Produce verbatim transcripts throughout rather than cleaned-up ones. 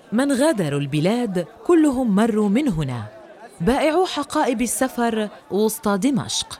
من غادروا البلاد كلهم مروا من هنا، بائعو حقائب السفر وسط دمشق.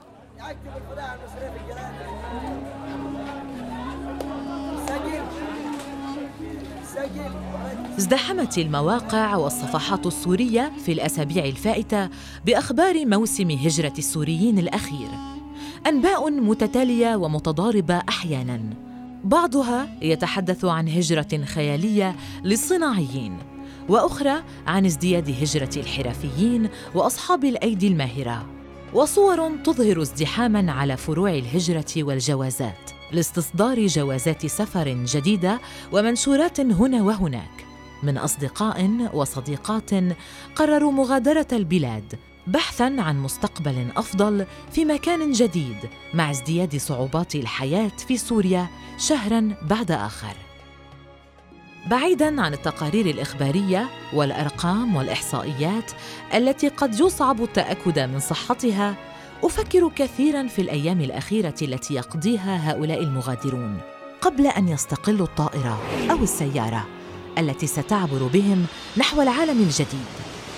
ازدحمت المواقع والصفحات السورية في الأسابيع الفائتة بأخبار موسم هجرة السوريين الأخير، أنباء متتالية ومتضاربة أحياناً، بعضها يتحدث عن هجرة خيالية للصناعيين، وأخرى عن ازدياد هجرة الحرفيين وأصحاب الأيدي الماهرة، وصور تظهر ازدحاماً على فروع الهجرة والجوازات لاستصدار جوازات سفر جديدة، ومنشورات هنا وهناك من أصدقاء وصديقات قرروا مغادرة البلاد بحثاً عن مستقبل أفضل في مكان جديد مع ازدياد صعوبات الحياة في سوريا شهراً بعد آخر. بعيداً عن التقارير الإخبارية والأرقام والإحصائيات التي قد يصعب التأكد من صحتها، أفكر كثيراً في الأيام الأخيرة التي يقضيها هؤلاء المغادرون قبل أن يستقلوا الطائرة أو السيارة التي ستعبر بهم نحو العالم الجديد.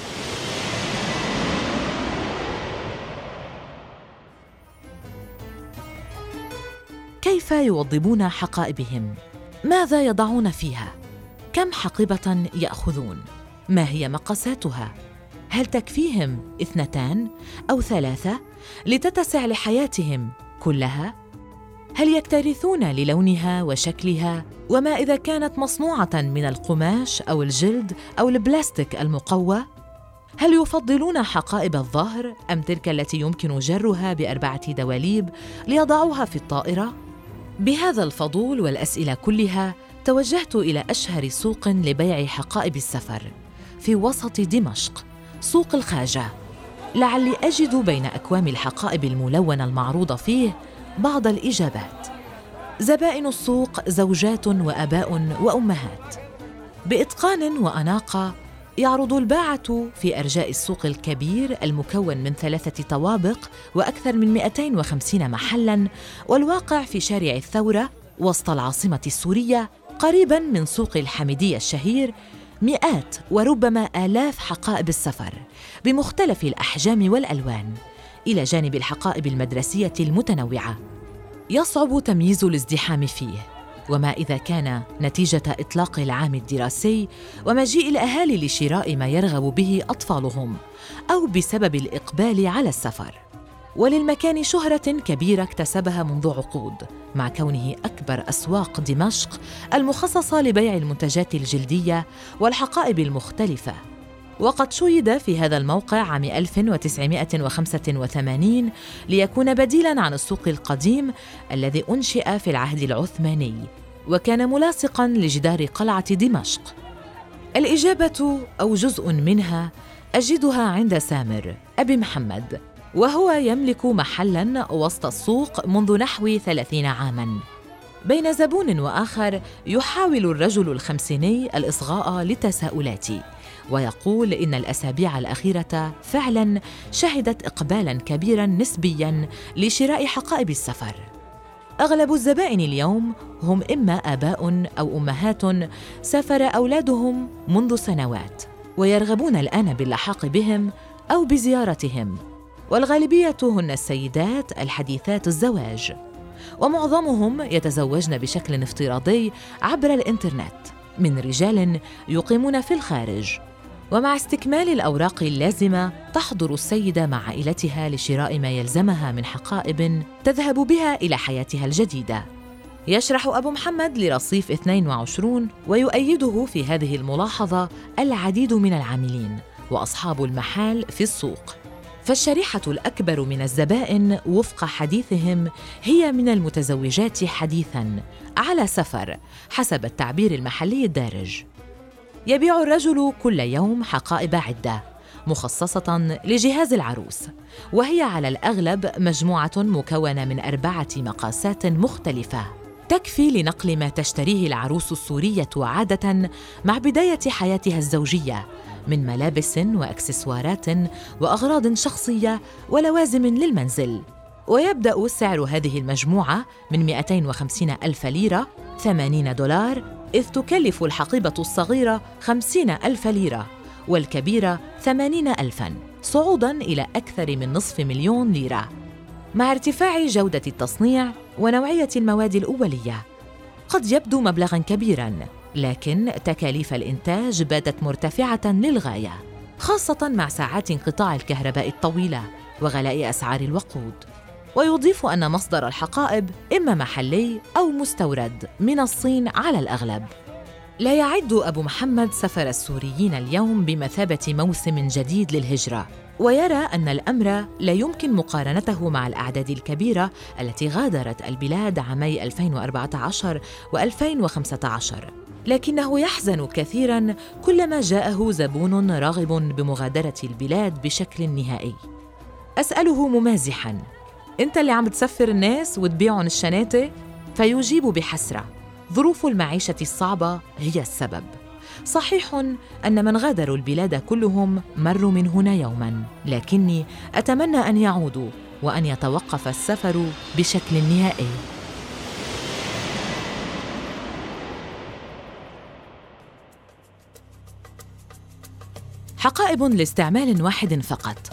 كيف يوضبون حقائبهم؟ ماذا يضعون فيها؟ كم حقيبة يأخذون؟ ما هي مقاساتها؟ هل تكفيهم اثنتان أو ثلاثة لتتسع لحياتهم كلها؟ هل يكترثون للونها وشكلها؟ وما إذا كانت مصنوعة من القماش أو الجلد أو البلاستيك المقوى؟ هل يفضلون حقائب الظهر أم تلك التي يمكن جرها بأربعة دواليب ليضعوها في الطائرة؟ بهذا الفضول والأسئلة كلها توجهت إلى أشهر سوق لبيع حقائب السفر في وسط دمشق، سوق الخاجة، لعلي أجد بين أكوام الحقائب الملونة المعروضة فيه بعض الإجابات. زبائن السوق زوجات وآباء وأمهات بإتقان وأناقة. يعرض الباعة في أرجاء السوق الكبير المكون من ثلاثة طوابق وأكثر من مئتين وخمسين محلاً، والواقع في شارع الثورة وسط العاصمة السورية قريباً من سوق الحميدية الشهير، مئات وربما آلاف حقائب السفر بمختلف الأحجام والألوان، إلى جانب الحقائب المدرسية المتنوعة. يصعب تمييز الازدحام فيه، وما إذا كان نتيجة إطلاق العام الدراسي ومجيء الأهالي لشراء ما يرغب به أطفالهم، أو بسبب الإقبال على السفر. وللمكان شهرة كبيرة اكتسبها منذ عقود، مع كونه أكبر أسواق دمشق المخصصة لبيع المنتجات الجلدية والحقائب المختلفة. وقد شُيد في هذا الموقع عام ألف وتسعمائة وخمسة وثمانين ليكون بديلاً عن السوق القديم الذي أنشئ في العهد العثماني وكان ملاصقاً لجدار قلعة دمشق. الإجابة أو جزء منها أجدها عند سامر أبي محمد، وهو يملك محلاً وسط السوق منذ نحو ثلاثين عاماً. بين زبون وآخر يحاول الرجل الخمسيني الإصغاء لتساؤلاتي، ويقول إن الأسابيع الأخيرة فعلاً شهدت إقبالاً كبيراً نسبياً لشراء حقائب السفر. أغلب الزبائن اليوم هم إما آباء أو أمهات سافر أولادهم منذ سنوات ويرغبون الآن باللحاق بهم أو بزيارتهم، والغالبية هن السيدات الحديثات الزواج، ومعظمهم يتزوجن بشكل افتراضي عبر الإنترنت من رجال يقيمون في الخارج. ومع استكمال الأوراق اللازمة تحضر السيدة مع عائلتها لشراء ما يلزمها من حقائب تذهب بها إلى حياتها الجديدة. يشرح أبو محمد لرصيف اثنين وعشرين ويؤيده في هذه الملاحظة العديد من العاملين وأصحاب المحال في السوق، فالشريحة الأكبر من الزبائن وفق حديثهم هي من المتزوجات حديثاً على سفر حسب التعبير المحلي الدارج. يبيع الرجل كل يوم حقائب عدة مخصصة لجهاز العروس، وهي على الأغلب مجموعة مكونة من أربعة مقاسات مختلفة تكفي لنقل ما تشتريه العروس السورية عادة مع بداية حياتها الزوجية من ملابس وأكسسوارات وأغراض شخصية ولوازم للمنزل. ويبدأ سعر هذه المجموعة من مئتين وخمسين ألف ليرة، ثمانين دولار، إذ تكلف الحقيبة الصغيرة خمسين ألف ليرة والكبيرة ثمانين ألفاً، صعوداً إلى أكثر من نصف مليون ليرة، مع ارتفاع جودة التصنيع ونوعية المواد الأولية. قد يبدو مبلغاً كبيراً، لكن تكاليف الإنتاج باتت مرتفعة للغاية، خاصة مع ساعات انقطاع الكهرباء الطويلة وغلاء أسعار الوقود. ويضيف أن مصدر الحقائب إما محلي أو مستورد من الصين على الأغلب. لا يعد أبو محمد سفر السوريين اليوم بمثابة موسم جديد للهجرة، ويرى أن الأمر لا يمكن مقارنته مع الأعداد الكبيرة التي غادرت البلاد عامي ألفين وأربعة عشر وألفين وخمسة عشر، لكنه يحزن كثيراً كلما جاءه زبون راغب بمغادرة البلاد بشكل نهائي. أسأله ممازحاً: أنت اللي عم تسفر الناس وتبيعهم الشناتة؟ فيجيب بحسرة: ظروف المعيشة الصعبة هي السبب. صحيح أن من غادروا البلاد كلهم مروا من هنا يوماً، لكني أتمنى أن يعودوا وأن يتوقف السفر بشكل نهائي. حقائب لاستعمال واحد فقط.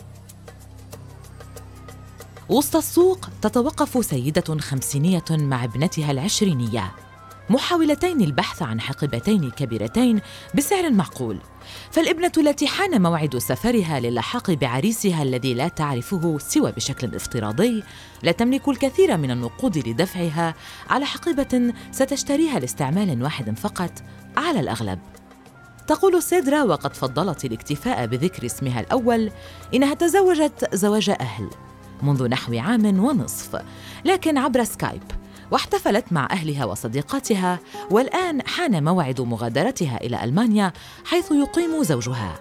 وسط السوق تتوقف سيدة خمسينية مع ابنتها العشرينية، محاولتين البحث عن حقيبتين كبيرتين بسعر معقول. فالابنة التي حان موعد سفرها للحاق بعريسها الذي لا تعرفه سوى بشكل افتراضي لا تملك الكثير من النقود لدفعها على حقيبة ستشتريها لاستعمال واحد فقط على الأغلب. تقول سيدرا، وقد فضلت الاكتفاء بذكر اسمها الأول، إنها تزوجت زواج أهل منذ نحو عام ونصف، لكن عبر سكايب، واحتفلت مع أهلها وصديقاتها، والآن حان موعد مغادرتها إلى ألمانيا حيث يقيم زوجها.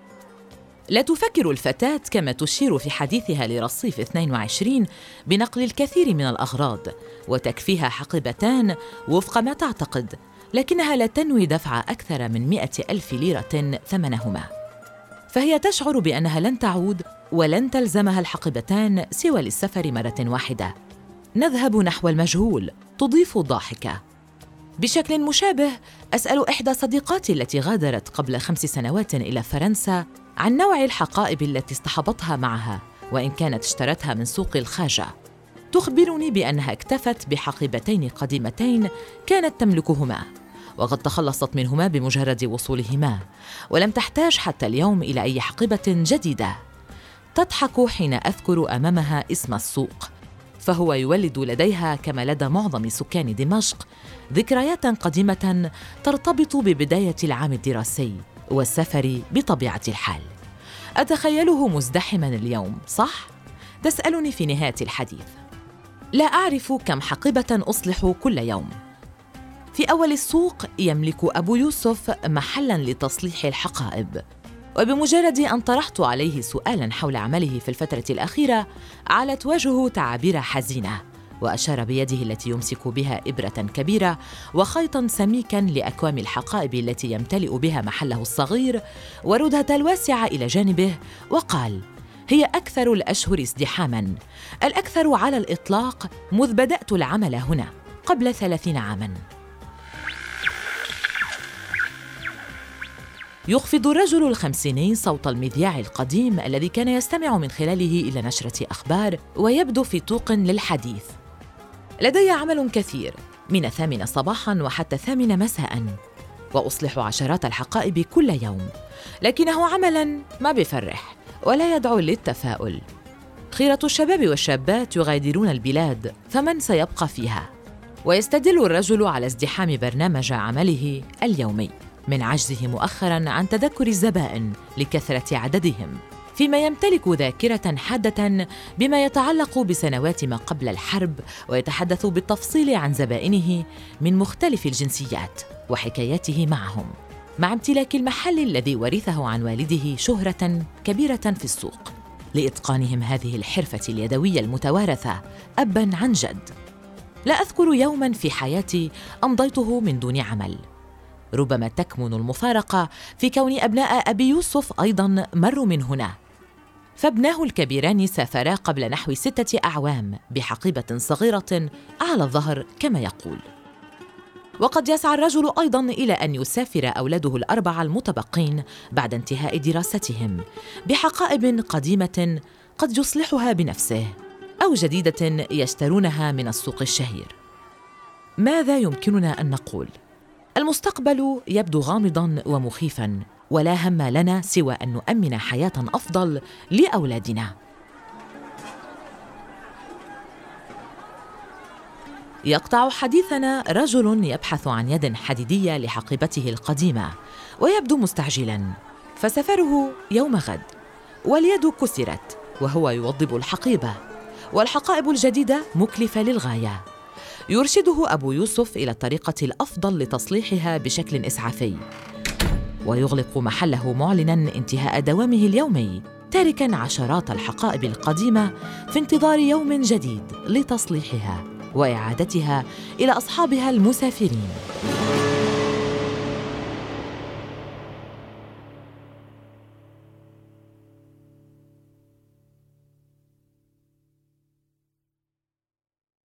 لا تفكر الفتاة كما تشير في حديثها لرصيف اثنين وعشرين بنقل الكثير من الأغراض، وتكفيها حقيبتان وفق ما تعتقد، لكنها لا تنوي دفع أكثر من مئة ألف ليرة ثمنهما. فهي تشعر بأنها لن تعود ولن تلزمها الحقيبتان سوى للسفر مرة واحدة. نذهب نحو المجهول، تضيف ضاحكة. بشكل مشابه أسأل إحدى صديقاتي التي غادرت قبل خمس سنوات إلى فرنسا عن نوع الحقائب التي اصطحبتها معها، وإن كانت اشترتها من سوق الخاجة. تخبرني بأنها اكتفت بحقيبتين قديمتين كانت تملكهما، وقد تخلصت منهما بمجرد وصولهما، ولم تحتاج حتى اليوم إلى أي حقيبة جديدة. تضحك حين أذكر أمامها اسم السوق، فهو يولد لديها كما لدى معظم سكان دمشق ذكريات قديمة ترتبط ببداية العام الدراسي والسفر بطبيعة الحال. أتخيله مزدحماً اليوم، صح؟ تسألني في نهاية الحديث. لا أعرف كم حقيبة أصلح كل يوم. في أول السوق يملك أبو يوسف محلاً لتصليح الحقائب، وبمجرد أن طرحت عليه سؤالاً حول عمله في الفترة الأخيرة علت وجهه تعابير حزينة، وأشار بيده التي يمسك بها إبرة كبيرة وخيطاً سميكاً لأكوام الحقائب التي يمتلئ بها محله الصغير وردهة الواسعة إلى جانبه، وقال: هي أكثر الأشهر ازدحاماً، الأكثر على الإطلاق منذ بدأت العمل هنا قبل ثلاثين عاماً. يخفض الرجل الخمسيني صوت المذياع القديم الذي كان يستمع من خلاله إلى نشرة أخبار، ويبدو في طوق للحديث. لدي عمل كثير من الثامنة صباحاً وحتى الثامنة مساءً، وأصلح عشرات الحقائب كل يوم، لكنه عملاً ما بيفرح ولا يدعو للتفاؤل. خيرة الشباب والشابات يغادرون البلاد، فمن سيبقى فيها؟ ويستدل الرجل على ازدحام برنامج عمله اليومي من عجزه مؤخراً عن تذكر الزبائن لكثرة عددهم، فيما يمتلك ذاكرة حادة بما يتعلق بسنوات ما قبل الحرب، ويتحدث بالتفصيل عن زبائنه من مختلف الجنسيات وحكاياته معهم، مع امتلاك المحل الذي ورثه عن والده شهرة كبيرة في السوق لإتقانهم هذه الحرفة اليدوية المتوارثة أباً عن جد. لا أذكر يوماً في حياتي أمضيته من دون عمل. ربما تكمن المفارقة في كون أبناء أبي يوسف أيضاً مروا من هنا، فابناه الكبيران سافرا قبل نحو ستة أعوام بحقيبة صغيرة على الظهر كما يقول. وقد يسعى الرجل أيضاً إلى أن يسافر أولاده الأربعة المتبقين بعد انتهاء دراستهم بحقائب قديمة قد يصلحها بنفسه أو جديدة يشترونها من السوق الشهير. ماذا يمكننا أن نقول؟ المستقبل يبدو غامضاً ومخيفاً، ولا هم لنا سوى أن نؤمن حياة أفضل لأولادنا. يقطع حديثنا رجل يبحث عن يد حديدية لحقيبته القديمة ويبدو مستعجلاً، فسفره يوم غد واليد كسرت وهو يوضب الحقيبة، والحقائب الجديدة مكلفة للغاية. يرشده أبو يوسف إلى الطريقة الأفضل لتصليحها بشكل إسعافي، ويغلق محله معلناً انتهاء دوامه اليومي، تاركاً عشرات الحقائب القديمة في انتظار يوم جديد لتصليحها وإعادتها إلى أصحابها المسافرين.